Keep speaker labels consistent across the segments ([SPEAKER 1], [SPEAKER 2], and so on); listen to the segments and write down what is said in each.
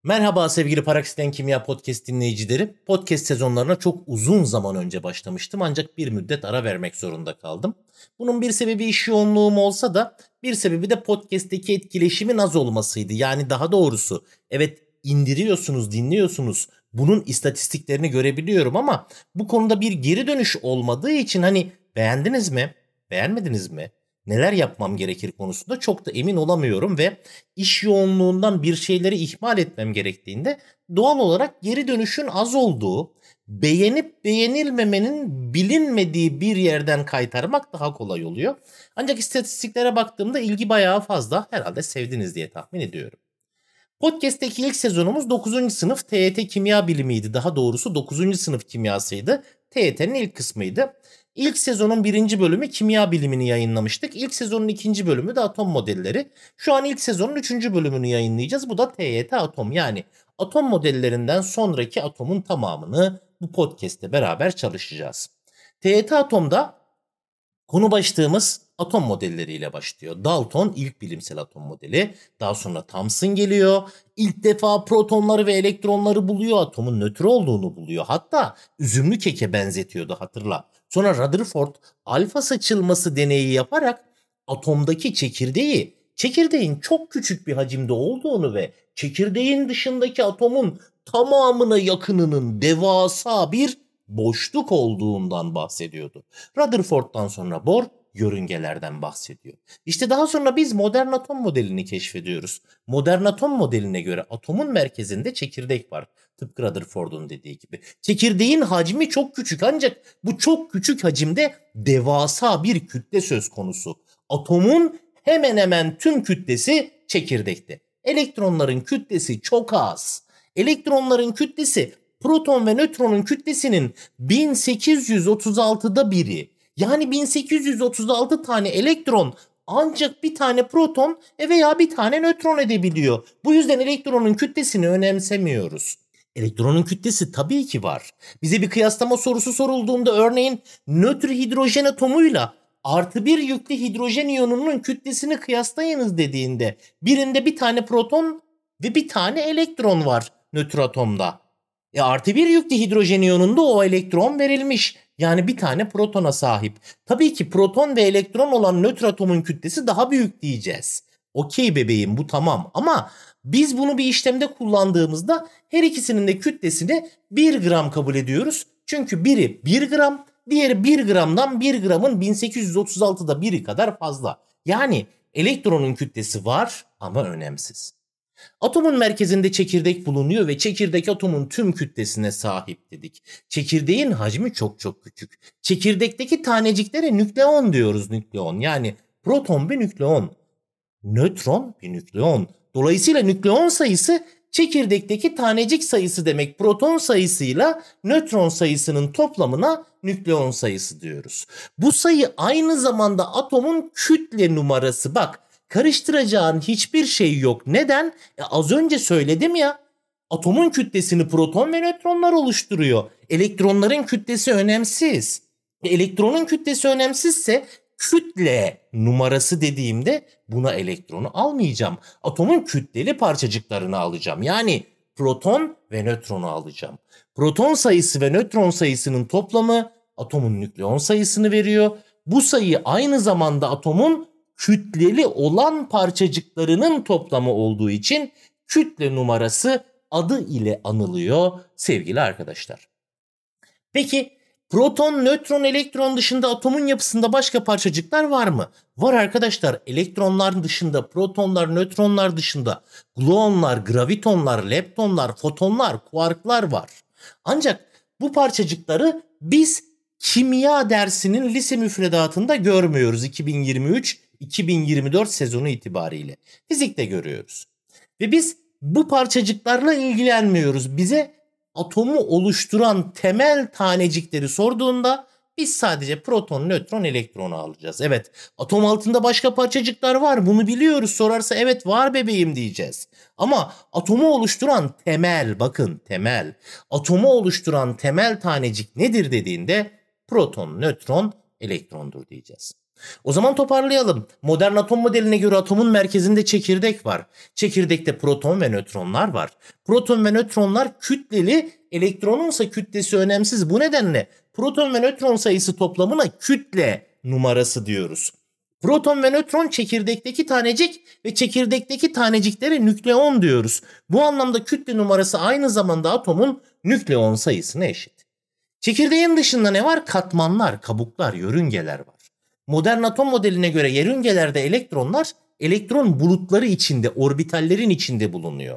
[SPEAKER 1] Merhaba sevgili Paraksiten Kimya Podcast dinleyicileri. Podcast sezonlarına çok uzun zaman önce başlamıştım ancak bir müddet ara vermek zorunda kaldım. Bunun bir sebebi iş yoğunluğum olsa da bir sebebi de podcast'teki etkileşimin az olmasıydı. Yani daha doğrusu evet indiriyorsunuz, dinliyorsunuz. Bunun istatistiklerini görebiliyorum ama bu konuda bir geri dönüş olmadığı için beğendiniz mi, beğenmediniz mi? Neler yapmam gerekir konusunda çok da emin olamıyorum ve iş yoğunluğundan bir şeyleri ihmal etmem gerektiğinde doğal olarak geri dönüşün az olduğu, beğenip beğenilmemenin bilinmediği bir yerden kaytarmak daha kolay oluyor. Ancak istatistiklere baktığımda ilgi bayağı fazla. Herhalde sevdiniz diye tahmin ediyorum. Podcast'teki ilk sezonumuz 9. sınıf TYT Kimya Bilimiydi. Daha doğrusu 9. sınıf kimyasıydı. TYT'nin ilk kısmıydı. İlk sezonun birinci bölümü kimya bilimini yayınlamıştık. İlk sezonun ikinci bölümü de atom modelleri. Şu an ilk sezonun üçüncü bölümünü yayınlayacağız. Bu da TYT Atom, yani atom modellerinden sonraki atomun tamamını bu podcast'te beraber çalışacağız. TYT Atom'da konu başlığımız atom modelleriyle başlıyor. Dalton ilk bilimsel atom modeli. Daha sonra Thomson geliyor. İlk defa protonları ve elektronları buluyor. Atomun nötr olduğunu buluyor. Hatta üzümlü keke benzetiyordu, hatırla. Sonra Rutherford alfa saçılması deneyi yaparak atomdaki çekirdeğin çok küçük bir hacimde olduğunu ve çekirdeğin dışındaki atomun tamamına yakınının devasa bir boşluk olduğundan bahsediyordu. Rutherford'dan sonra Bohr yörüngelerden bahsediyor. İşte daha sonra biz modern atom modelini keşfediyoruz. Modern atom modeline göre atomun merkezinde çekirdek var. Tıpkı Rutherford'un dediği gibi. Çekirdeğin hacmi çok küçük ancak bu çok küçük hacimde devasa bir kütle söz konusu. Atomun hemen hemen tüm kütlesi çekirdekte. Elektronların kütlesi çok az. Elektronların kütlesi proton ve nötronun kütlesinin 1836'da biri. Yani 1836 tane elektron ancak bir tane proton veya bir tane nötron edebiliyor. Bu yüzden elektronun kütlesini önemsemiyoruz. Elektronun kütlesi tabii ki var. Bize bir kıyaslama sorusu sorulduğunda örneğin nötr hidrojen atomuyla artı bir yüklü hidrojen iyonunun kütlesini kıyaslayınız dediğinde birinde bir tane proton ve bir tane elektron var nötr atomda. Artı bir yüklü hidrojen iyonunda o elektron verilmiş. Yani bir tane protona sahip. Tabii ki proton ve elektron olan nötr atomun kütlesi daha büyük diyeceğiz. Okey bebeğim, bu tamam, ama biz bunu bir işlemde kullandığımızda her ikisinin de kütlesini 1 gram kabul ediyoruz. Çünkü biri 1 gram, diğeri 1 gramdan 1 gramın 1836'da biri kadar fazla. Yani elektronun kütlesi var ama önemsiz. Atomun merkezinde çekirdek bulunuyor ve çekirdek atomun tüm kütlesine sahip dedik. Çekirdeğin hacmi çok çok küçük. Çekirdekteki taneciklere nükleon diyoruz, nükleon. Yani proton bir nükleon, nötron bir nükleon. Dolayısıyla nükleon sayısı çekirdekteki tanecik sayısı demek. Proton sayısıyla nötron sayısının toplamına nükleon sayısı diyoruz. Bu sayı aynı zamanda atomun kütle numarası. Bak, karıştıracağın hiçbir şey yok. Neden? Az önce söyledim ya. Atomun kütlesini proton ve nötronlar oluşturuyor. Elektronların kütlesi önemsiz. Elektronun kütlesi önemsizse kütle numarası dediğimde buna elektronu almayacağım. Atomun kütleli parçacıklarını alacağım. Yani proton ve nötronu alacağım. Proton sayısı ve nötron sayısının toplamı atomun nükleon sayısını veriyor. Bu sayı aynı zamanda atomun kütleli olan parçacıklarının toplamı olduğu için kütle numarası adı ile anılıyor sevgili arkadaşlar. Peki proton, nötron, elektron dışında atomun yapısında başka parçacıklar var mı? Var arkadaşlar. Elektronlar dışında, protonlar, nötronlar dışında gluonlar, gravitonlar, leptonlar, fotonlar, kuarklar var. Ancak bu parçacıkları biz kimya dersinin lise müfredatında görmüyoruz 2023-2024 sezonu itibariyle. Fizikte görüyoruz. Ve biz bu parçacıklarla ilgilenmiyoruz. Bize atomu oluşturan temel tanecikleri sorduğunda biz sadece proton, nötron, elektronu alacağız. Evet, atom altında başka parçacıklar var, bunu biliyoruz. Sorarsa evet var bebeğim diyeceğiz. Ama atomu oluşturan temel, bakın temel, atomu oluşturan temel tanecik nedir dediğinde proton, nötron, elektrondur diyeceğiz. O zaman toparlayalım. Modern atom modeline göre atomun merkezinde çekirdek var. Çekirdekte proton ve nötronlar var. Proton ve nötronlar kütleli, elektronunsa kütlesi önemsiz. Bu nedenle proton ve nötron sayısı toplamına kütle numarası diyoruz. Proton ve nötron çekirdekteki tanecik ve çekirdekteki taneciklere nükleon diyoruz. Bu anlamda kütle numarası aynı zamanda atomun nükleon sayısına eşit. Çekirdeğin dışında ne var? Katmanlar, kabuklar, yörüngeler var. Modern atom modeline göre yörüngelerde elektronlar elektron bulutları içinde, orbitallerin içinde bulunuyor.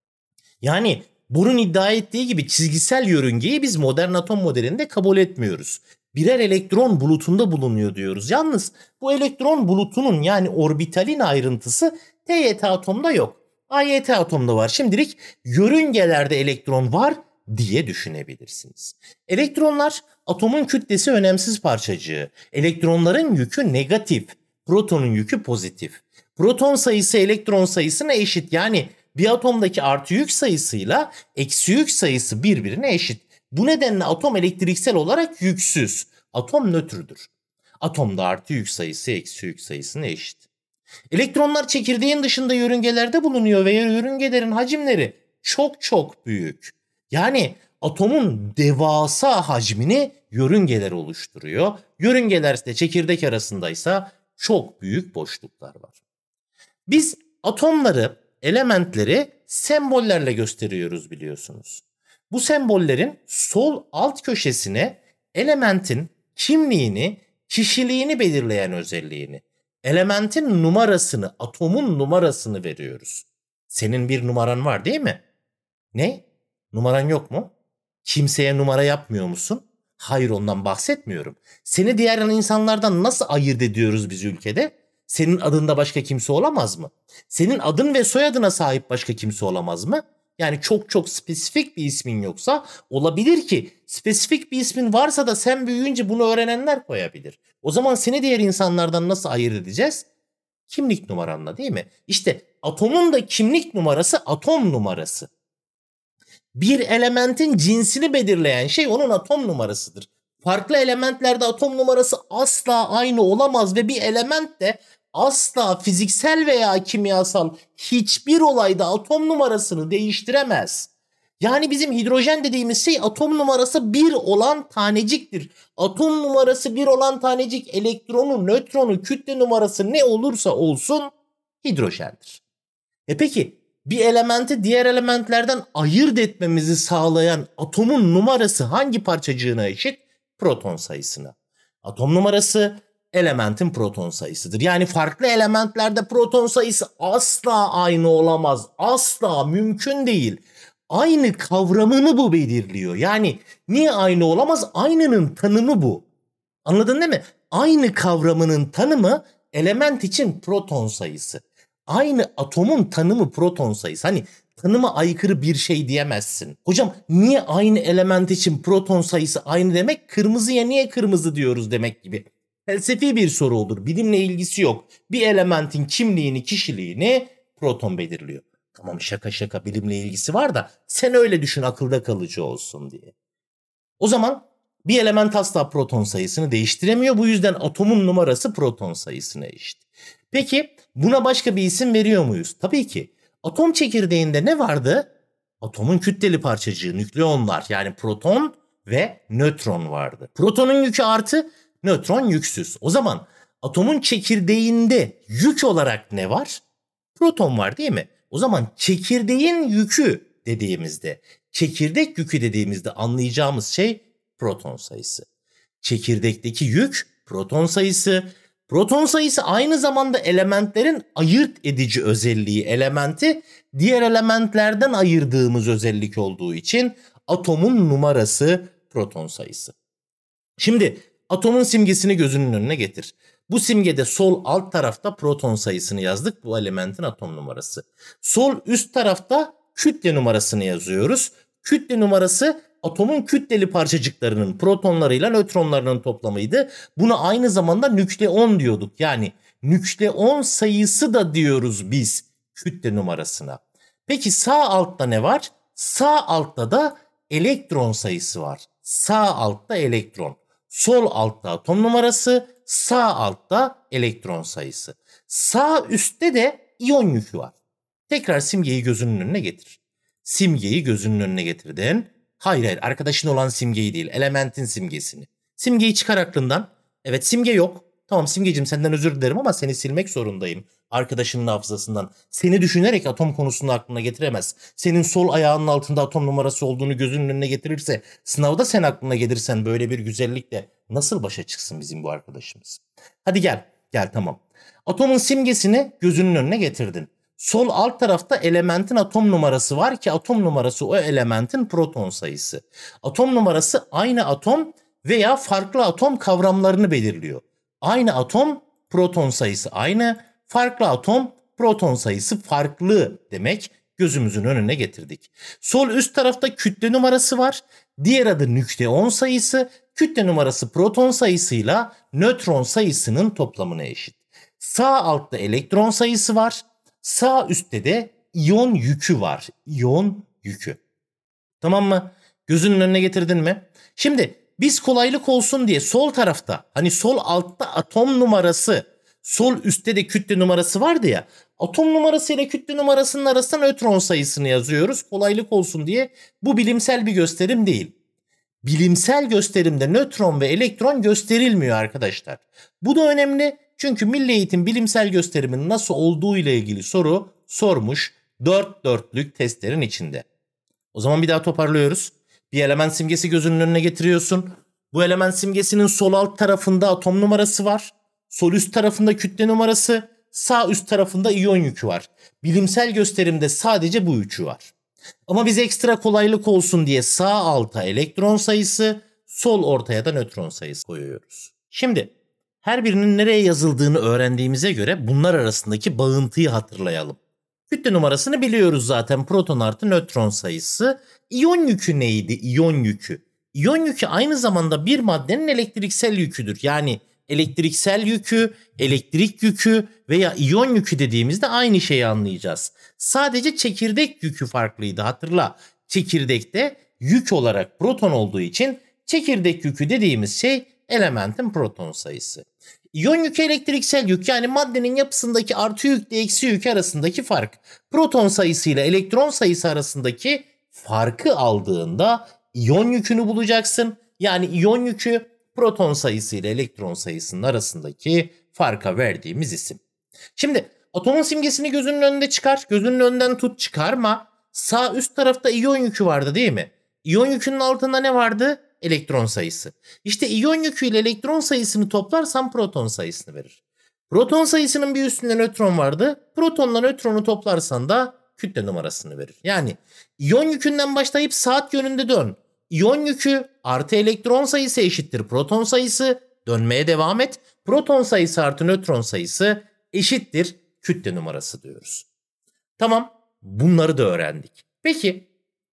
[SPEAKER 1] Yani Bohr'un iddia ettiği gibi çizgisel yörüngeyi biz modern atom modelinde kabul etmiyoruz. Birer elektron bulutunda bulunuyor diyoruz. Yalnız bu elektron bulutunun yani orbitalin ayrıntısı TYT atomda yok. AYT atomda var. Şimdilik yörüngelerde elektron var diye düşünebilirsiniz. Elektronlar atomun kütlesi önemsiz parçacığı. Elektronların yükü negatif, protonun yükü pozitif. Proton sayısı elektron sayısına eşit. Yani bir atomdaki artı yük sayısıyla eksi yük sayısı birbirine eşit. Bu nedenle atom elektriksel olarak yüksüz. Atom nötrdür. Atomda artı yük sayısı eksi yük sayısına eşit. Elektronlar çekirdeğin dışında yörüngelerde bulunuyor ve yörüngelerin hacimleri çok çok büyük. Yani atomun devasa hacmini yörüngeler oluşturuyor. Yörüngeler ise çekirdek arasındaysa çok büyük boşluklar var. Biz atomları, elementleri sembollerle gösteriyoruz biliyorsunuz. Bu sembollerin sol alt köşesine elementin kimliğini, kişiliğini belirleyen özelliğini, elementin numarasını, atomun numarasını veriyoruz. Senin bir numaran var değil mi? Ne? Numaran yok mu? Kimseye numara yapmıyor musun? Hayır, ondan bahsetmiyorum. Seni diğer insanlardan nasıl ayırt ediyoruz biz ülkede? Senin adında başka kimse olamaz mı? Senin adın ve soyadına sahip başka kimse olamaz mı? Yani çok çok spesifik bir ismin yoksa olabilir ki spesifik bir ismin varsa da sen büyüyünce bunu öğrenenler koyabilir. O zaman seni diğer insanlardan nasıl ayırt edeceğiz? Kimlik numaranla değil mi? İşte atomun da kimlik numarası atom numarası. Bir elementin cinsini belirleyen şey onun atom numarasıdır. Farklı elementlerde atom numarası asla aynı olamaz ve bir element de asla fiziksel veya kimyasal hiçbir olayda atom numarasını değiştiremez. Yani bizim hidrojen dediğimiz şey atom numarası 1 olan taneciktir. Atom numarası 1 olan tanecik elektronu, nötronu, kütle numarası ne olursa olsun hidrojendir. Peki bir elementi diğer elementlerden ayırt etmemizi sağlayan atomun numarası hangi parçacığına eşit? Proton sayısına. Atom numarası elementin proton sayısıdır. Yani farklı elementlerde proton sayısı asla aynı olamaz. Asla mümkün değil. Aynı kavramını bu belirliyor. Yani niye aynı olamaz? Aynının tanımı bu. Anladın değil mi? Aynı kavramının tanımı element için proton sayısı. Aynı atomun tanımı proton sayısı. Hani tanıma aykırı bir şey diyemezsin. Hocam niye aynı element için proton sayısı aynı demek? Kırmızıya niye kırmızı diyoruz demek gibi. Felsefi bir soru olur. Bilimle ilgisi yok. Bir elementin kimliğini, kişiliğini proton belirliyor. Tamam, şaka bilimle ilgisi var da sen öyle düşün, akılda kalıcı olsun diye. O zaman bir element asla proton sayısını değiştiremiyor. Bu yüzden atomun numarası proton sayısına eşit. Peki buna başka bir isim veriyor muyuz? Tabii ki. Atom çekirdeğinde ne vardı? Atomun kütleli parçacığı, nükleonlar, yani proton ve nötron vardı. Protonun yükü artı, nötron yüksüz. O zaman atomun çekirdeğinde yük olarak ne var? Proton var değil mi? O zaman çekirdeğin yükü dediğimizde, çekirdek yükü dediğimizde anlayacağımız şey proton sayısı. Çekirdekteki yük proton sayısı. Proton sayısı aynı zamanda elementlerin ayırt edici özelliği, elementi diğer elementlerden ayırdığımız özellik olduğu için atomun numarası proton sayısı. Şimdi atomun simgesini gözünün önüne getir. Bu simgede sol alt tarafta proton sayısını yazdık. Bu elementin atom numarası. Sol üst tarafta kütle numarasını yazıyoruz. Kütle numarası atomun kütleli parçacıklarının protonlarıyla nötronlarının toplamıydı. Buna aynı zamanda nükleon diyorduk. Yani nükleon sayısı da diyoruz biz kütle numarasına. Peki sağ altta ne var? Sağ altta da elektron sayısı var. Sağ altta elektron. Sol altta atom numarası, sağ altta elektron sayısı. Sağ üstte de iyon yükü var. Tekrar simgeyi gözünün önüne getir. Simgeyi gözünün önüne getirdin. Hayır arkadaşın olan simgeyi değil, elementin simgesini. Simgeyi çıkar aklından. Evet, simge yok. Tamam simgecim, senden özür dilerim ama seni silmek zorundayım. Arkadaşının hafızasından. Seni düşünerek atom konusunu aklına getiremez. Senin sol ayağının altında atom numarası olduğunu gözünün önüne getirirse, sınavda sen aklına gelirsen böyle bir güzellikle nasıl başa çıksın bizim bu arkadaşımız? Hadi gel tamam. Atomun simgesini gözünün önüne getirdin. Sol alt tarafta elementin atom numarası var ki atom numarası o elementin proton sayısı. Atom numarası aynı atom veya farklı atom kavramlarını belirliyor. Aynı atom proton sayısı aynı, farklı atom proton sayısı farklı demek, gözümüzün önüne getirdik. Sol üst tarafta kütle numarası var. Diğer adı nükleon sayısı. Kütle numarası proton sayısıyla nötron sayısının toplamına eşit. Sağ altta elektron sayısı var. Sağ üstte de iyon yükü var. İyon yükü. Tamam mı? Gözünün önüne getirdin mi? Şimdi biz kolaylık olsun diye sol tarafta, hani sol altta atom numarası, sol üstte de kütle numarası vardı ya. Atom numarası ile kütle numarasının arasında nötron sayısını yazıyoruz. Kolaylık olsun diye. Bu bilimsel bir gösterim değil. Bilimsel gösterimde nötron ve elektron gösterilmiyor arkadaşlar. Bu da önemli. Çünkü Milli Eğitim bilimsel gösterimin nasıl olduğu ile ilgili soru sormuş 4 dörtlük testlerin içinde. O zaman bir daha toparlıyoruz. Bir element simgesi gözünün önüne getiriyorsun. Bu element simgesinin sol alt tarafında atom numarası var. Sol üst tarafında kütle numarası, sağ üst tarafında iyon yükü var. Bilimsel gösterimde sadece bu üçü var. Ama biz ekstra kolaylık olsun diye sağ alta elektron sayısı, sol ortaya da nötron sayısı koyuyoruz. Şimdi her birinin nereye yazıldığını öğrendiğimize göre bunlar arasındaki bağıntıyı hatırlayalım. Kütle numarasını biliyoruz zaten, proton artı nötron sayısı. İyon yükü neydi? İyon yükü. İyon yükü aynı zamanda bir maddenin elektriksel yüküdür. Yani elektriksel yükü, elektrik yükü veya iyon yükü dediğimizde aynı şeyi anlayacağız. Sadece çekirdek yükü farklıydı, hatırla. Çekirdekte yük olarak proton olduğu için çekirdek yükü dediğimiz şey elementin proton sayısı. İyon yükü elektriksel yük, yani maddenin yapısındaki artı yükle eksi yük arasındaki fark. Proton sayısı ile elektron sayısı arasındaki farkı aldığında iyon yükünü bulacaksın. Yani iyon yükü proton sayısı ile elektron sayısının arasındaki farka verdiğimiz isim. Şimdi atomun simgesini gözünün önünde çıkar. Gözünün önünden tut, çıkarma. Sağ üst tarafta iyon yükü vardı değil mi? İyon yükünün altında ne vardı? Elektron sayısı. İşte iyon yükü ile elektron sayısını toplarsan proton sayısını verir. Proton sayısının bir üstünde nötron vardı. Protonla nötronu toplarsan da kütle numarasını verir. Yani iyon yükünden başlayıp saat yönünde dön. İyon yükü artı elektron sayısı eşittir proton sayısı. Dönmeye devam et. Proton sayısı artı nötron sayısı eşittir kütle numarası diyoruz. Tamam, bunları da öğrendik. Peki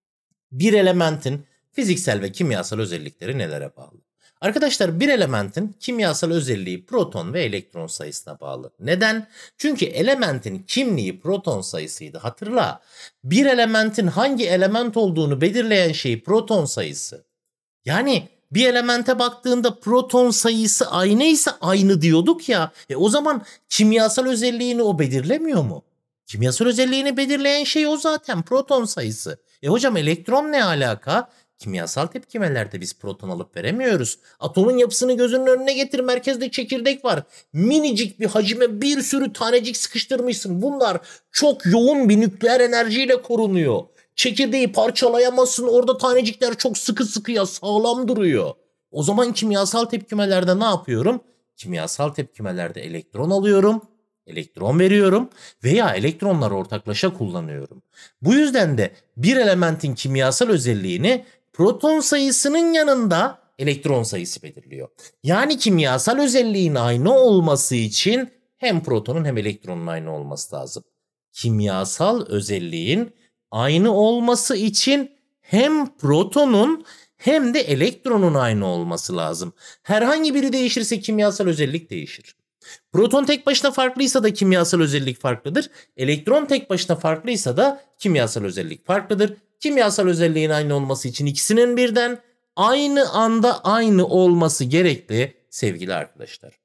[SPEAKER 1] bir elementin fiziksel ve kimyasal özellikleri nelere bağlı? Arkadaşlar, bir elementin kimyasal özelliği proton ve elektron sayısına bağlı. Neden? Çünkü elementin kimliği proton sayısıydı. Hatırla. Bir elementin hangi element olduğunu belirleyen şey proton sayısı. Yani bir elemente baktığında proton sayısı aynıysa aynı diyorduk ya. O zaman kimyasal özelliğini o belirlemiyor mu? Kimyasal özelliğini belirleyen şey o zaten, proton sayısı. Hocam elektron ne alaka? Kimyasal tepkimelerde biz proton alıp veremiyoruz. Atomun yapısını gözünün önüne getir. Merkezde çekirdek var. Minicik bir hacime bir sürü tanecik sıkıştırmışsın. Bunlar çok yoğun bir nükleer enerjiyle korunuyor. Çekirdeği parçalayamazsın. Orada tanecikler çok sıkı sıkıya sağlam duruyor. O zaman kimyasal tepkimelerde ne yapıyorum? Kimyasal tepkimelerde elektron alıyorum, elektron veriyorum veya elektronları ortaklaşa kullanıyorum. Bu yüzden de bir elementin kimyasal özelliğini proton sayısının yanında elektron sayısı belirliyor. Yani kimyasal özelliğin aynı olması için hem protonun hem elektronun aynı olması lazım. Kimyasal özelliğin aynı olması için hem protonun hem de elektronun aynı olması lazım. Herhangi biri değişirse kimyasal özellik değişir. Proton tek başına farklıysa da kimyasal özellik farklıdır. Elektron tek başına farklıysa da kimyasal özellik farklıdır. Kimyasal özelliğin aynı olması için ikisinin birden aynı anda aynı olması gerekli sevgili arkadaşlar.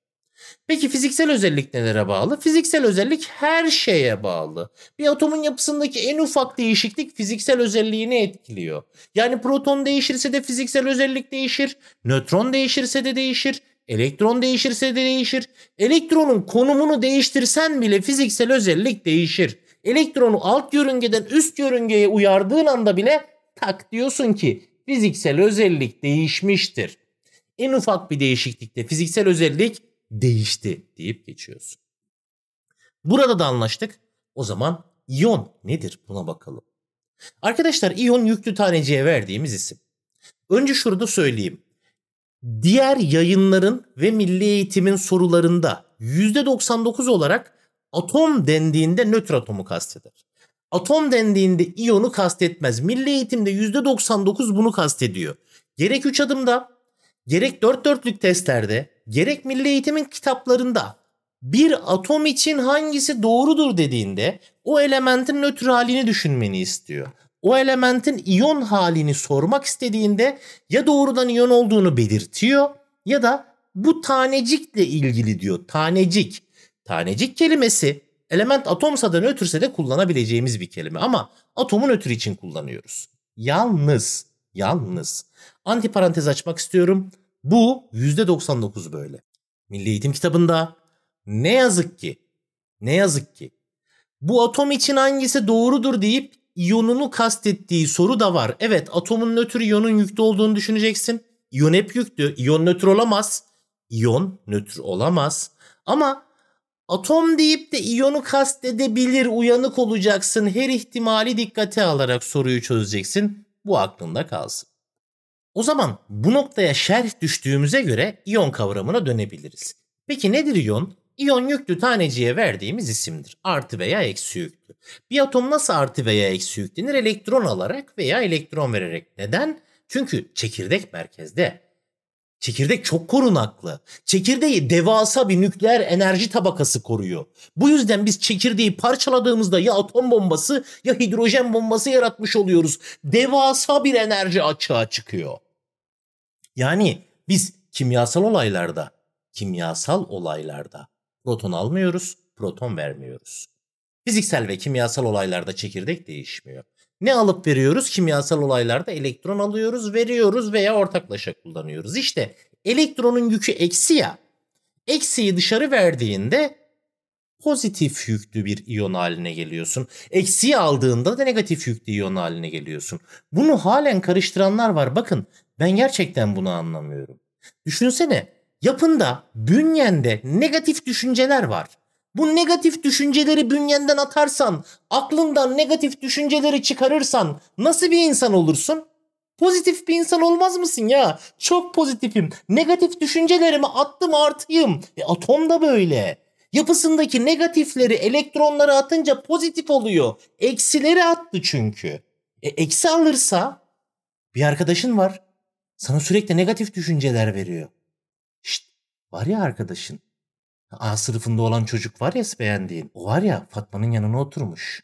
[SPEAKER 1] Peki fiziksel özellik nelere bağlı? Fiziksel özellik her şeye bağlı. Bir atomun yapısındaki en ufak değişiklik fiziksel özelliğini etkiliyor. Yani proton değişirse de fiziksel özellik değişir. Nötron değişirse de değişir. Elektron değişirse de değişir. Elektronun konumunu değiştirsen bile fiziksel özellik değişir. Elektronu alt yörüngeden üst yörüngeye uyardığın anda bile tak diyorsun ki fiziksel özellik değişmiştir. En ufak bir değişiklikte fiziksel özellik değişti deyip geçiyoruz. Burada da anlaştık. O zaman iyon nedir buna bakalım. Arkadaşlar iyon yüklü taneciye verdiğimiz isim. Önce şurada söyleyeyim. Diğer yayınların ve milli eğitimin sorularında %99 olarak atom dendiğinde nötr atomu kasteder. Atom dendiğinde iyonu kastetmez. Milli eğitimde %99 bunu kastediyor. Gerek 3 adımda, gerek 4 dörtlük testlerde, gerek milli eğitimin kitaplarında bir atom için hangisi doğrudur dediğinde o elementin nötr halini düşünmeni istiyor. O elementin iyon halini sormak istediğinde ya doğrudan iyon olduğunu belirtiyor ya da bu tanecikle ilgili diyor. Tanecik. Tanecik kelimesi element atomsa da nötrse de kullanabileceğimiz bir kelime ama atomu nötr için kullanıyoruz. Yalnız antiparantez açmak istiyorum. Bu %99 böyle. Milli Eğitim kitabında ne yazık ki bu atom için hangisi doğrudur deyip iyonunu kastettiği soru da var. Evet, atomun nötr iyonun yüklü olduğunu düşüneceksin. İyon hep yüklü. İyon nötr olamaz. İyon nötr olamaz. Ama atom deyip de iyonu kastedebilir, uyanık olacaksın. Her ihtimali dikkate alarak soruyu çözeceksin. Bu aklında kalsın. O zaman bu noktaya şerh düştüğümüze göre iyon kavramına dönebiliriz. Peki nedir iyon? İyon yüklü taneciye verdiğimiz isimdir. Artı veya eksi yüklü. Bir atom nasıl artı veya eksi yüklenir? Elektron alarak veya elektron vererek. Neden? Çünkü çekirdek merkezde. Çekirdek çok korunaklı. Çekirdeği devasa bir nükleer enerji tabakası koruyor. Bu yüzden biz çekirdeği parçaladığımızda ya atom bombası ya hidrojen bombası yaratmış oluyoruz. Devasa bir enerji açığa çıkıyor. Yani biz kimyasal olaylarda proton almıyoruz, proton vermiyoruz. Fiziksel ve kimyasal olaylarda çekirdek değişmiyor. Ne alıp veriyoruz? Kimyasal olaylarda elektron alıyoruz, veriyoruz veya ortaklaşa kullanıyoruz. İşte elektronun yükü eksi ya. Eksiyi dışarı verdiğinde pozitif yüklü bir iyon haline geliyorsun. Eksiyi aldığında da negatif yüklü iyon haline geliyorsun. Bunu halen karıştıranlar var. Bakın ben gerçekten bunu anlamıyorum. Düşünsene, yapında, bünyende negatif düşünceler var. Bu negatif düşünceleri bünyenden atarsan, aklından negatif düşünceleri çıkarırsan nasıl bir insan olursun? Pozitif bir insan olmaz mısın ya? Çok pozitifim. Negatif düşüncelerimi attım artıyım. Atom da böyle. Yapısındaki negatifleri, elektronları atınca pozitif oluyor. Eksileri attı çünkü. Eksi alırsa bir arkadaşın var. Sana sürekli negatif düşünceler veriyor. Şşt, var ya arkadaşın. A sınıfında olan çocuk var ya beğendiğin. O var ya Fatma'nın yanına oturmuş.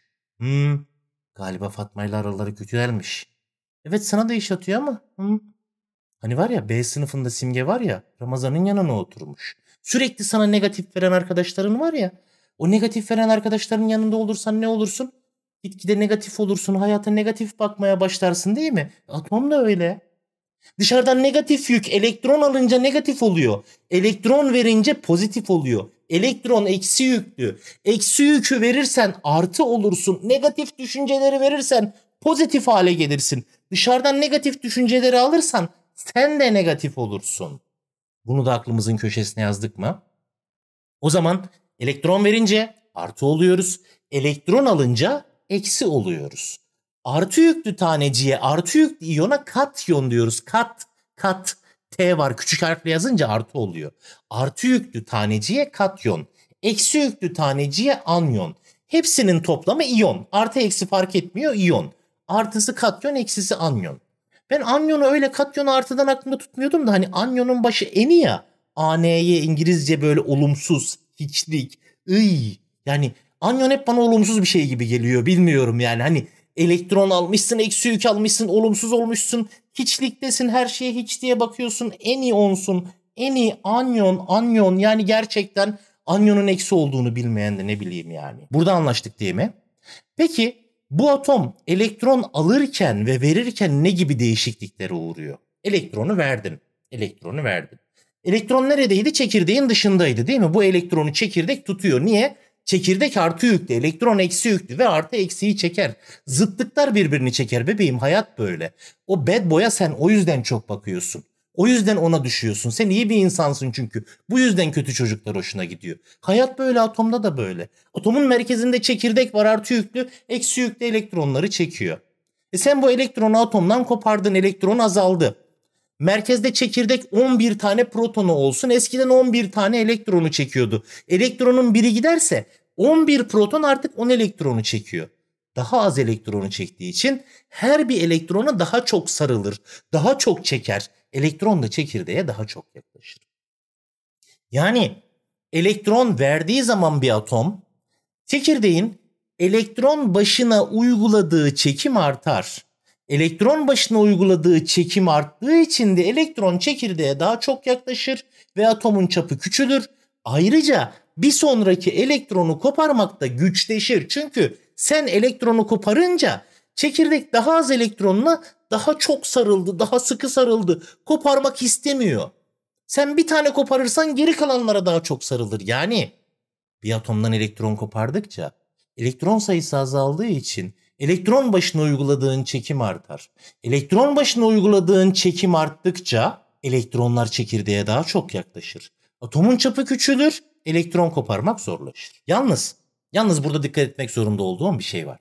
[SPEAKER 1] Galiba Fatma'yla araları kötüelmiş. Evet sana da iş atıyor ama. Hani var ya B sınıfında Simge var ya Ramazan'ın yanına oturmuş. Sürekli sana negatif veren arkadaşların var ya. O negatif veren arkadaşların yanında olursan ne olursun? Gitgide negatif olursun. Hayata negatif bakmaya başlarsın değil mi? Atom da öyle. Dışarıdan negatif yük elektron alınca negatif oluyor. Elektron verince pozitif oluyor. Elektron eksi yüklü. Eksi yükü verirsen artı olursun. Negatif düşünceleri verirsen pozitif hale gelirsin. Dışarıdan negatif düşünceleri alırsan sen de negatif olursun. Bunu da aklımızın köşesine yazdık mı? O zaman elektron verince artı oluyoruz. Elektron alınca eksi oluyoruz. Artı yüklü taneciye, artı yüklü iyona katyon diyoruz. Kat. T var, küçük harfle yazınca artı oluyor. Artı yüklü taneciye katyon. Eksi yüklü taneciye anyon. Hepsinin toplamı iyon. Artı eksi fark etmiyor, iyon. Artısı katyon, eksisi anyon. Ben anyonu öyle katyonu artıdan aklımda tutmuyordum da hani anyonun başı eni ya. AN'ye İngilizce böyle olumsuz, hiçlik, Yani anyon hep bana olumsuz bir şey gibi geliyor, bilmiyorum yani. Hani elektron almışsın, eksi yük almışsın, olumsuz olmuşsun, hiçliktesin, her şeye hiç diye bakıyorsun, en iyonsun. Anyon yani gerçekten anyonun eksi olduğunu bilmeyen de ne bileyim yani. Burada anlaştık değil mi? Peki bu atom elektron alırken ve verirken ne gibi değişikliklere uğruyor? Elektronu verdin. Elektron neredeydi? Çekirdeğin dışındaydı değil mi? Bu elektronu çekirdek tutuyor. Niye? Çekirdek artı yüklü, elektron eksi yüklü ve artı eksiği çeker. Zıtlıklar birbirini çeker bebeğim, hayat böyle. O bad boy'a sen o yüzden çok bakıyorsun. O yüzden ona düşüyorsun. Sen iyi bir insansın çünkü. Bu yüzden kötü çocuklar hoşuna gidiyor. Hayat böyle, atomda da böyle. Atomun merkezinde çekirdek var, artı yüklü, eksi yüklü elektronları çekiyor. Sen bu elektronu atomdan kopardın, elektron azaldı. Merkezde çekirdek 11 tane protonu olsun. Eskiden 11 tane elektronu çekiyordu. Elektronun biri giderse 11 proton artık 10 elektronu çekiyor. Daha az elektronu çektiği için her bir elektrona daha çok sarılır, daha çok çeker. Elektron da çekirdeğe daha çok yaklaşır. Yani elektron verdiği zaman bir atom, çekirdeğin elektron başına uyguladığı çekim artar. Elektron başına uyguladığı çekim arttığı için de elektron çekirdeğe daha çok yaklaşır ve atomun çapı küçülür. Ayrıca bir sonraki elektronu koparmakta güçleşir. Çünkü sen elektronu koparınca çekirdek daha az elektronla daha çok sarıldı, daha sıkı sarıldı. Koparmak istemiyor. Sen bir tane koparırsan geri kalanlara daha çok sarılır. Yani bir atomdan elektron kopardıkça elektron sayısı azaldığı için elektron başına uyguladığın çekim artar. Elektron başına uyguladığın çekim arttıkça elektronlar çekirdeğe daha çok yaklaşır. Atomun çapı küçülür, elektron koparmak zorlaşır. Yalnız burada dikkat etmek zorunda olduğum bir şey var.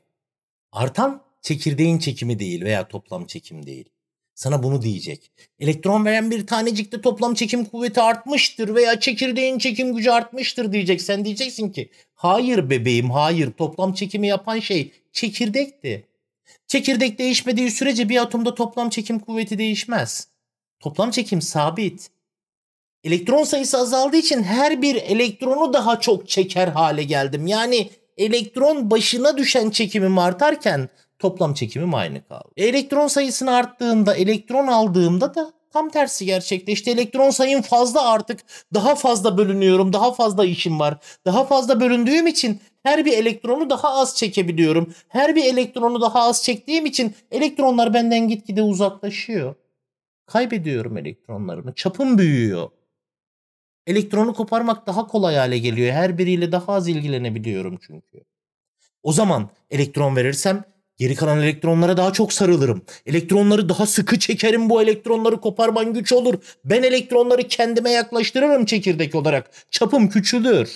[SPEAKER 1] Artan çekirdeğin çekimi değil veya toplam çekim değil. Sana bunu diyecek. Elektron veren bir tanecikte toplam çekim kuvveti artmıştır veya çekirdeğin çekim gücü artmıştır diyecek. Sen diyeceksin ki hayır bebeğim, hayır, toplam çekimi yapan şey çekirdekti. Çekirdek değişmediği sürece bir atomda toplam çekim kuvveti değişmez. Toplam çekim sabit. Elektron sayısı azaldığı için her bir elektronu daha çok çeker hale geldim. Yani elektron başına düşen çekimim artarken toplam çekimim aynı kaldı. Elektron sayısını arttığında, elektron aldığımda da tam tersi gerçekleşti. Elektron sayım fazla, artık daha fazla bölünüyorum, daha fazla işim var. Daha fazla bölündüğüm için her bir elektronu daha az çekebiliyorum. Her bir elektronu daha az çektiğim için elektronlar benden gitgide uzaklaşıyor. Kaybediyorum elektronlarımı. Çapım büyüyor. Elektronu koparmak daha kolay hale geliyor. Her biriyle daha az ilgilenebiliyorum çünkü. O zaman elektron verirsem geri kalan elektronlara daha çok sarılırım. Elektronları daha sıkı çekerim, bu elektronları koparman güç olur. Ben elektronları kendime yaklaştırırım çekirdek olarak. Çapım küçülür.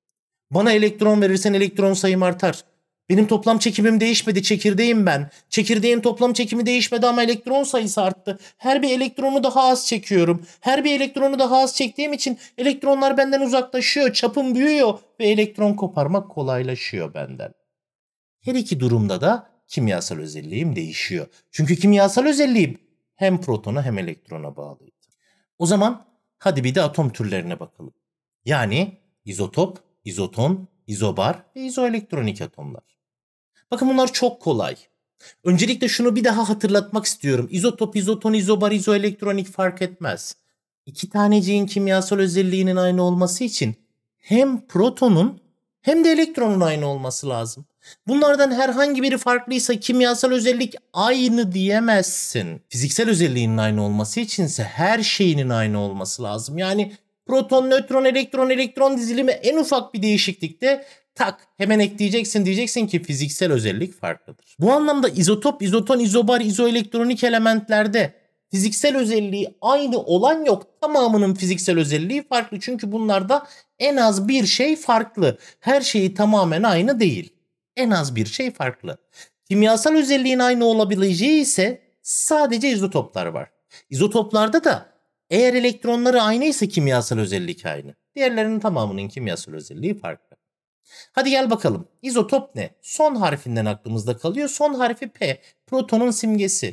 [SPEAKER 1] Bana elektron verirsen elektron sayım artar. Benim toplam çekimim değişmedi, çekirdeğim ben. Çekirdeğin toplam çekimi değişmedi ama elektron sayısı arttı. Her bir elektronu daha az çekiyorum. Her bir elektronu daha az çektiğim için elektronlar benden uzaklaşıyor, çapım büyüyor ve elektron koparmak kolaylaşıyor benden. Her iki durumda da kimyasal özelliğim değişiyor. Çünkü kimyasal özelliğim hem protona hem elektrona bağlıydı. O zaman hadi bir de atom türlerine bakalım. Yani izotop, izoton, izobar ve izoelektronik atomlar. Bakın bunlar çok kolay. Öncelikle şunu bir daha hatırlatmak istiyorum. İzotop, izoton, izobar, izoelektronik fark etmez. İki taneciğin kimyasal özelliğinin aynı olması için hem protonun hem de elektronun aynı olması lazım. Bunlardan herhangi biri farklıysa kimyasal özellik aynı diyemezsin. Fiziksel özelliğinin aynı olması içinse her şeyinin aynı olması lazım. Yani proton, nötron, elektron dizilimi en ufak bir değişiklikte tak hemen ekleyeceksin, diyeceksin ki fiziksel özellik farklıdır. Bu anlamda izotop, izoton, izobar, izoelektronik elementlerde fiziksel özelliği aynı olan yok. Tamamının fiziksel özelliği farklı. Çünkü bunlarda en az bir şey farklı. Her şeyi tamamen aynı değil. En az bir şey farklı. Kimyasal özelliğin aynı olabileceği ise sadece izotoplar var. İzotoplarda da eğer elektronları aynıysa kimyasal özellik aynı. Diğerlerinin tamamının kimyasal özelliği farklı. Hadi gel bakalım. İzotop ne? Son harfinden aklımızda kalıyor. Son harfi P. Protonun simgesi.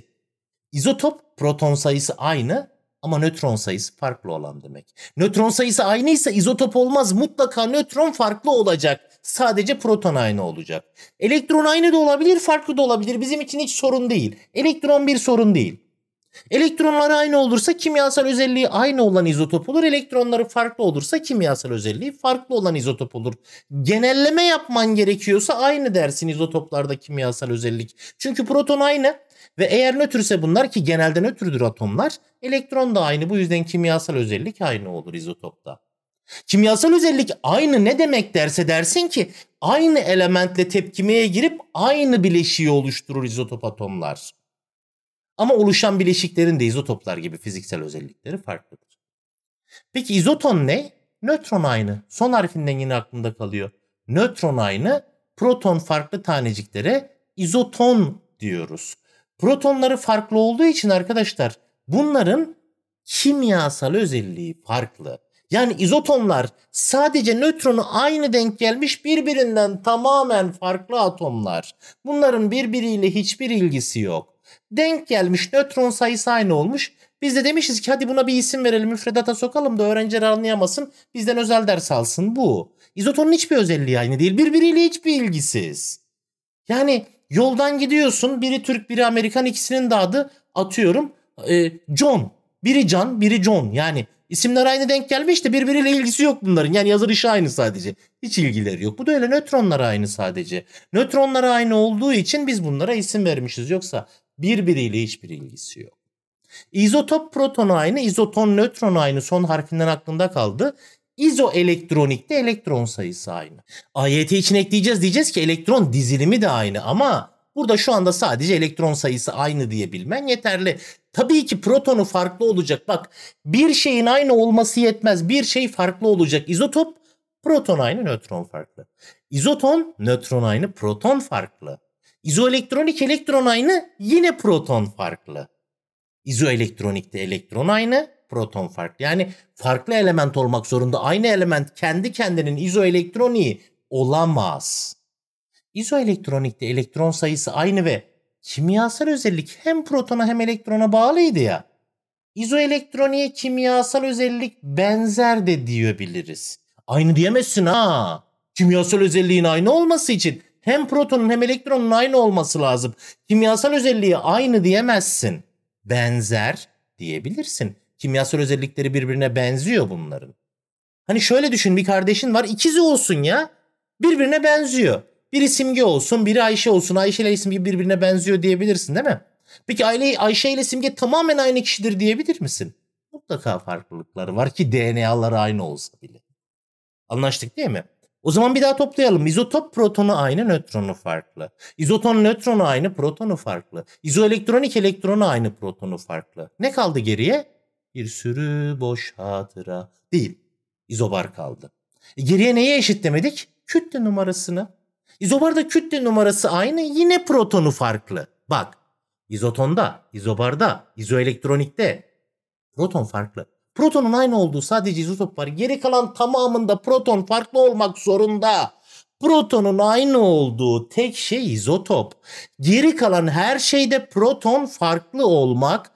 [SPEAKER 1] İzotop proton sayısı aynı ama nötron sayısı farklı olan demek. Nötron sayısı aynıysa izotop olmaz. Mutlaka nötron farklı olacak. Sadece proton aynı olacak. Elektron aynı da olabilir, farklı da olabilir. Bizim için hiç sorun değil. Elektron bir sorun değil. Elektronları aynı olursa kimyasal özelliği aynı olan izotop olur. Elektronları farklı olursa kimyasal özelliği farklı olan izotop olur. Genelleme yapman gerekiyorsa aynı dersin izotoplarda kimyasal özellik. Çünkü proton aynı ve eğer nötrse bunlar, ki genelde nötrdür atomlar, elektron da aynı. Bu yüzden kimyasal özellik aynı olur izotopta. Kimyasal özellik aynı ne demek derse dersin ki aynı elementle tepkimeye girip aynı bileşiği oluşturur izotop atomlar. Ama oluşan bileşiklerin de izotoplar gibi fiziksel özellikleri farklıdır. Peki izoton ne? Nötron aynı. Son harfinden yine aklımda kalıyor. Nötron aynı, proton farklı taneciklere izoton diyoruz. Protonları farklı olduğu için arkadaşlar bunların kimyasal özelliği farklı. Yani izotonlar sadece nötronu aynı denk gelmiş birbirinden tamamen farklı atomlar. Bunların birbiriyle hiçbir ilgisi yok. Denk gelmiş, nötron sayısı aynı olmuş. Biz de demişiz ki hadi buna bir isim verelim, müfredata sokalım da öğrenciler anlayamasın, bizden özel ders alsın bu. İzotonun hiçbir özelliği aynı değil, birbiriyle hiçbir ilgisiz. Yani yoldan gidiyorsun, biri Türk biri Amerikan, ikisinin de adı atıyorum John. Biri Can biri John, yani isimler aynı denk gelmiş de birbiriyle ilgisi yok bunların. Yani yazılışı aynı sadece. Hiç ilgileri yok. Bu da öyle, nötronlar aynı sadece. Nötronlar aynı olduğu için biz bunlara isim vermişiz. Yoksa birbiriyle hiçbir ilgisi yok. İzotop proton aynı, izoton nötron aynı. Son harfinden aklımda kaldı. İzoelektronikte elektron sayısı aynı. AYT için ekleyeceğiz, diyeceğiz ki elektron dizilimi de aynı ama burada şu anda sadece elektron sayısı aynı diye bilmen yeterli. Tabii ki protonu farklı olacak. Bak, bir şeyin aynı olması yetmez. Bir şey farklı olacak. İzotop proton aynı, nötron farklı. İzoton nötron aynı, proton farklı. İzoelektronik elektron aynı, yine proton farklı. İzoelektronikte elektron aynı, proton farklı. Yani farklı element olmak zorunda. Aynı element kendi kendinin izoelektroniği olamaz. İzoelektronikte elektron sayısı aynı ve kimyasal özellik hem protona hem elektrona bağlıydı ya. İzoelektroniğe kimyasal özellik benzer de diyebiliriz. Aynı diyemezsin ha. Kimyasal özelliğin aynı olması için hem protonun hem elektronun aynı olması lazım. Kimyasal özelliği aynı diyemezsin. Benzer diyebilirsin. Kimyasal özellikleri birbirine benziyor bunların. Hani şöyle düşün, bir kardeşin var, ikizi olsun ya. Birbirine benziyor. Biri Simge olsun, biri Ayşe olsun. Ayşe ile Simge birbirine benziyor diyebilirsin değil mi? Peki Ayşe ile Simge tamamen aynı kişidir diyebilir misin? Mutlaka farklılıkları var ki DNA'ları aynı olsa bile. Anlaştık değil mi? O zaman bir daha toplayalım. İzotop protonu aynı, nötronu farklı. İzoton nötronu aynı, protonu farklı. İzoelektronik elektronu aynı, protonu farklı. Ne kaldı geriye? Bir sürü boş hatıra. Değil. İzobar kaldı. Geriye neye eşitlemedik? Kütle numarasını. İzobarda kütle numarası aynı, yine protonu farklı. Bak, izotonda, izobarda, izoelektronikte proton farklı. Protonun aynı olduğu sadece izotop var. Geri kalan tamamında proton farklı olmak zorunda. Protonun aynı olduğu tek şey izotop. Geri kalan her şeyde proton farklı olmak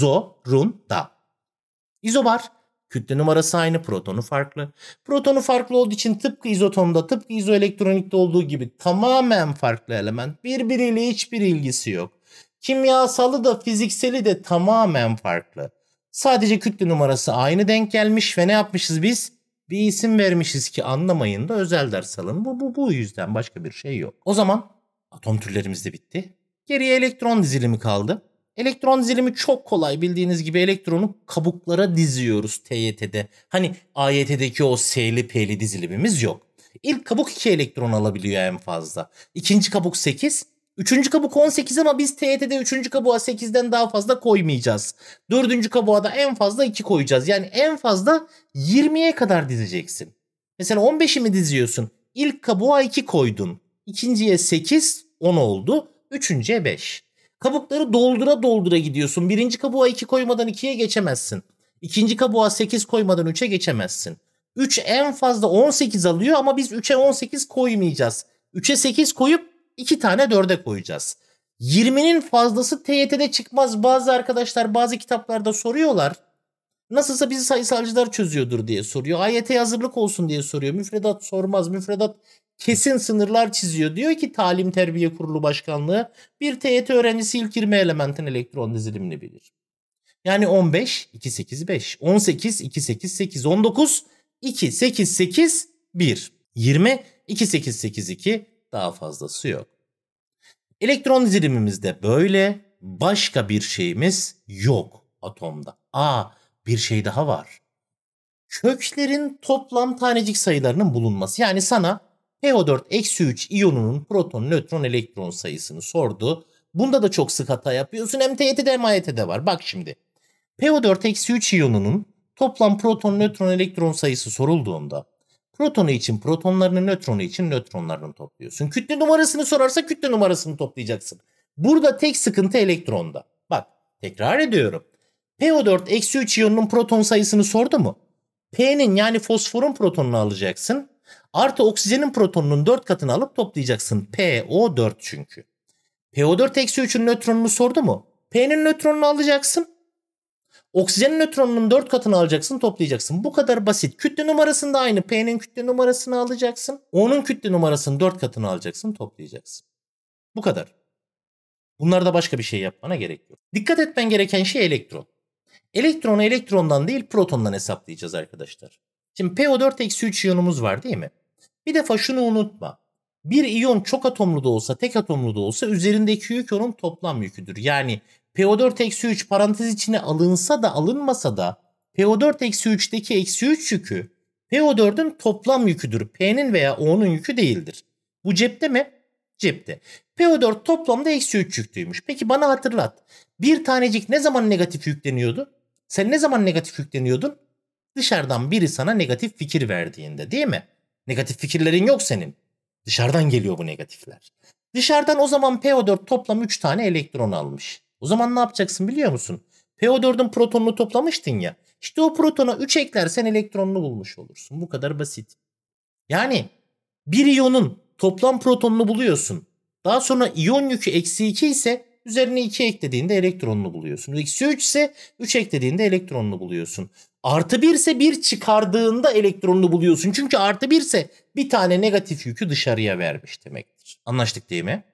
[SPEAKER 1] zorunda. İzobar, kütle numarası aynı, protonu farklı. Protonu farklı olduğu için tıpkı izotonda, tıpkı izoelektronikte olduğu gibi tamamen farklı element. Birbiriyle hiçbir ilgisi yok. Kimyasalı da fizikseli de tamamen farklı. Sadece kütle numarası aynı denk gelmiş ve ne yapmışız biz? Bir isim vermişiz ki anlamayın da özel ders alın. Bu yüzden, başka bir şey yok. O zaman atom türlerimiz de bitti. Geriye elektron dizilimi kaldı. Elektron dizilimi çok kolay, bildiğiniz gibi elektronu kabuklara diziyoruz TYT'de. Hani AYT'deki o S'li P'li dizilimimiz yok. İlk kabuk 2 elektron alabiliyor en fazla. İkinci kabuk 8. Üçüncü kabuk 18 ama biz TYT'de üçüncü kabuğa 8'den daha fazla koymayacağız. Dördüncü kabuğa da en fazla 2 koyacağız. Yani en fazla 20'ye kadar dizeceksin. Mesela 15'i mi diziyorsun? İlk kabuğa 2 koydun. İkinciye 8, 10 oldu. Üçüncüye 5. Kabukları doldura doldura gidiyorsun. Birinci kabuğa 2 koymadan 2'ye geçemezsin. İkinci kabuğa 8 koymadan 3'e geçemezsin. 3 en fazla 18 alıyor ama biz 3'e 18 koymayacağız. 3'e 8 koyup 2 tane 4'e koyacağız. 20'nin fazlası TYT'de çıkmaz. Bazı arkadaşlar bazı kitaplarda soruyorlar. Nasılsa bizi sayısalcılar çözüyordur diye soruyor. AYT'ye hazırlık olsun diye soruyor. Müfredat sormaz. Müfredat kesin sınırlar çiziyor. Diyor ki Talim Terbiye Kurulu Başkanlığı bir TYT öğrencisi ilk 20 elementin elektron dizilimini bilir. Yani 15, 2, 8, 5. 18, 2, 8, 8. 19, 2, 8, 8, 1. 20, 2, 8, 8, 2. Daha fazlası yok. Elektron dizilimimizde böyle, başka bir şeyimiz yok atomda. Bir şey daha var. Köklerin toplam tanecik sayılarının bulunması. Yani sana PO4-3 iyonunun proton, nötron, elektron sayısını sordu. Bunda da çok sık hata yapıyorsun. Hem TYT'de hem AYT'de var. Bak şimdi. PO4-3 iyonunun toplam proton, nötron, elektron sayısı sorulduğunda protonu için protonlarını, nötronu için nötronlarını topluyorsun. Kütle numarasını sorarsa kütle numarasını toplayacaksın. Burada tek sıkıntı elektronda. Bak, tekrar ediyorum. PO4-3 iyonunun proton sayısını sordu mu? P'nin, yani fosforun protonunu alacaksın. Artı oksijenin protonunun 4 katını alıp toplayacaksın. PO4 çünkü. PO4-3'ün nötronunu sordu mu? P'nin nötronunu alacaksın. Oksijenin nötronunun 4 katını alacaksın, toplayacaksın. Bu kadar basit. Kütle numarasını da aynı. P'nin kütle numarasını alacaksın. O'nun kütle numarasının 4 katını alacaksın, toplayacaksın. Bu kadar. Bunlarda başka bir şey yapmana gerek yok. Dikkat etmen gereken şey elektron. Elektronu elektrondan değil protondan hesaplayacağız arkadaşlar. Şimdi PO4-3 iyonumuz var değil mi? Bir defa şunu unutma. Bir iyon çok atomlu da olsa, tek atomlu da olsa üzerindeki yük onun toplam yüküdür. Yani PO4-3 parantez içine alınsa da alınmasa da PO4-3'teki eksi 3 yükü PO4'ün toplam yüküdür. P'nin veya O'nun yükü değildir. Bu cepte mi? Cepte. PO4 toplamda eksi 3 yüklüymüş. Peki bana hatırlat. Bir tanecik ne zaman negatif yükleniyordu? Sen ne zaman negatif yükleniyordun? Dışarıdan biri sana negatif fikir verdiğinde, değil mi? Negatif fikirlerin yok senin. Dışarıdan geliyor bu negatifler. Dışarıdan o zaman PO4 toplam 3 tane elektron almış. O zaman ne yapacaksın biliyor musun? PO4'ün protonunu toplamıştın ya. İşte o protona 3 eklersen elektronunu bulmuş olursun. Bu kadar basit. Yani bir iyonun toplam protonunu buluyorsun. Daha sonra iyon yükü eksi 2 ise üzerine 2 eklediğinde elektronunu buluyorsun. Eksi 3 ise 3 eklediğinde elektronunu buluyorsun. Artı 1 ise 1 çıkardığında elektronunu buluyorsun. Çünkü artı 1 ise bir tane negatif yükü dışarıya vermiş demektir. Anlaştık değil mi?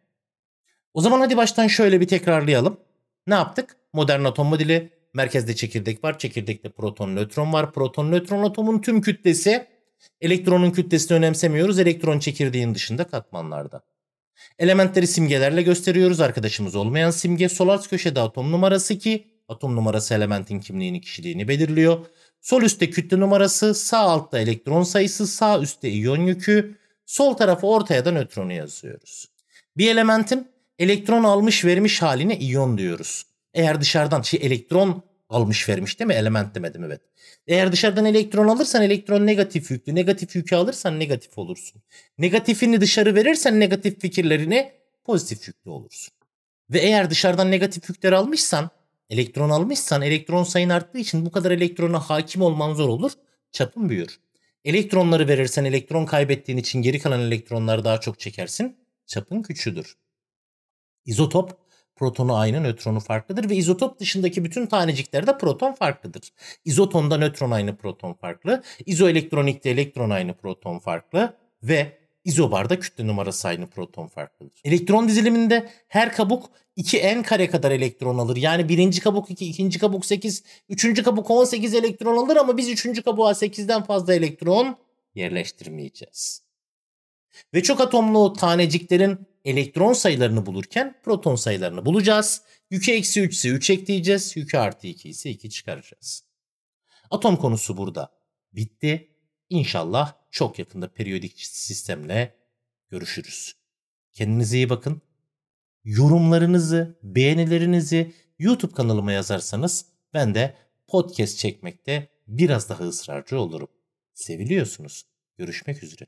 [SPEAKER 1] O zaman hadi baştan şöyle bir tekrarlayalım. Ne yaptık? Modern atom modeli. Merkezde çekirdek var. Çekirdekte proton, nötron var. Proton, nötron atomun tüm kütlesi. Elektronun kütlesini önemsemiyoruz. Elektron çekirdeğin dışında katmanlarda. Elementleri simgelerle gösteriyoruz. Arkadaşımız olmayan simge. Sol alt köşede atom numarası 2. Atom numarası elementin kimliğini, kişiliğini belirliyor. Sol üstte kütle numarası, sağ altta elektron sayısı, sağ üstte iyon yükü. Sol tarafı, ortaya da nötronu yazıyoruz. Bir elementin elektron almış vermiş haline iyon diyoruz. Eğer dışarıdan elektron almış vermiş değil mi? Element demedim, evet. Eğer dışarıdan elektron alırsan elektron negatif yüklü. Negatif yükü alırsan negatif olursun. Negatifini dışarı verirsen negatif fikirlerine pozitif yüklü olursun. Ve eğer dışarıdan negatif yükler almışsan, elektron almışsan elektron sayın arttığı için bu kadar elektrona hakim olman zor olur. Çapın büyür. Elektronları verirsen elektron kaybettiğin için geri kalan elektronları daha çok çekersin. Çapın küçülür. İzotop, protonu aynı, nötronu farklıdır ve izotop dışındaki bütün taneciklerde proton farklıdır. İzotonda nötron aynı, proton farklı. İzoelektronikte elektron aynı, proton farklı ve izobarda kütle numarası aynı, proton farklıdır. Elektron diziliminde her kabuk 2n kare kadar elektron alır. Yani birinci kabuk 2, ikinci kabuk 8, üçüncü kabuk 18 elektron alır ama biz üçüncü kabuğa 8'den fazla elektron yerleştirmeyeceğiz. Ve çok atomlu taneciklerin elektron sayılarını bulurken proton sayılarını bulacağız. Yükü eksi 3 ise 3 ekleyeceğiz. Yükü artı 2 ise 2 çıkaracağız. Atom konusu burada bitti. İnşallah çok yakında periyodik sistemle görüşürüz. Kendinize iyi bakın. Yorumlarınızı, beğenilerinizi YouTube kanalıma yazarsanız ben de podcast çekmekte biraz daha ısrarcı olurum. Seviliyorsunuz. Görüşmek üzere.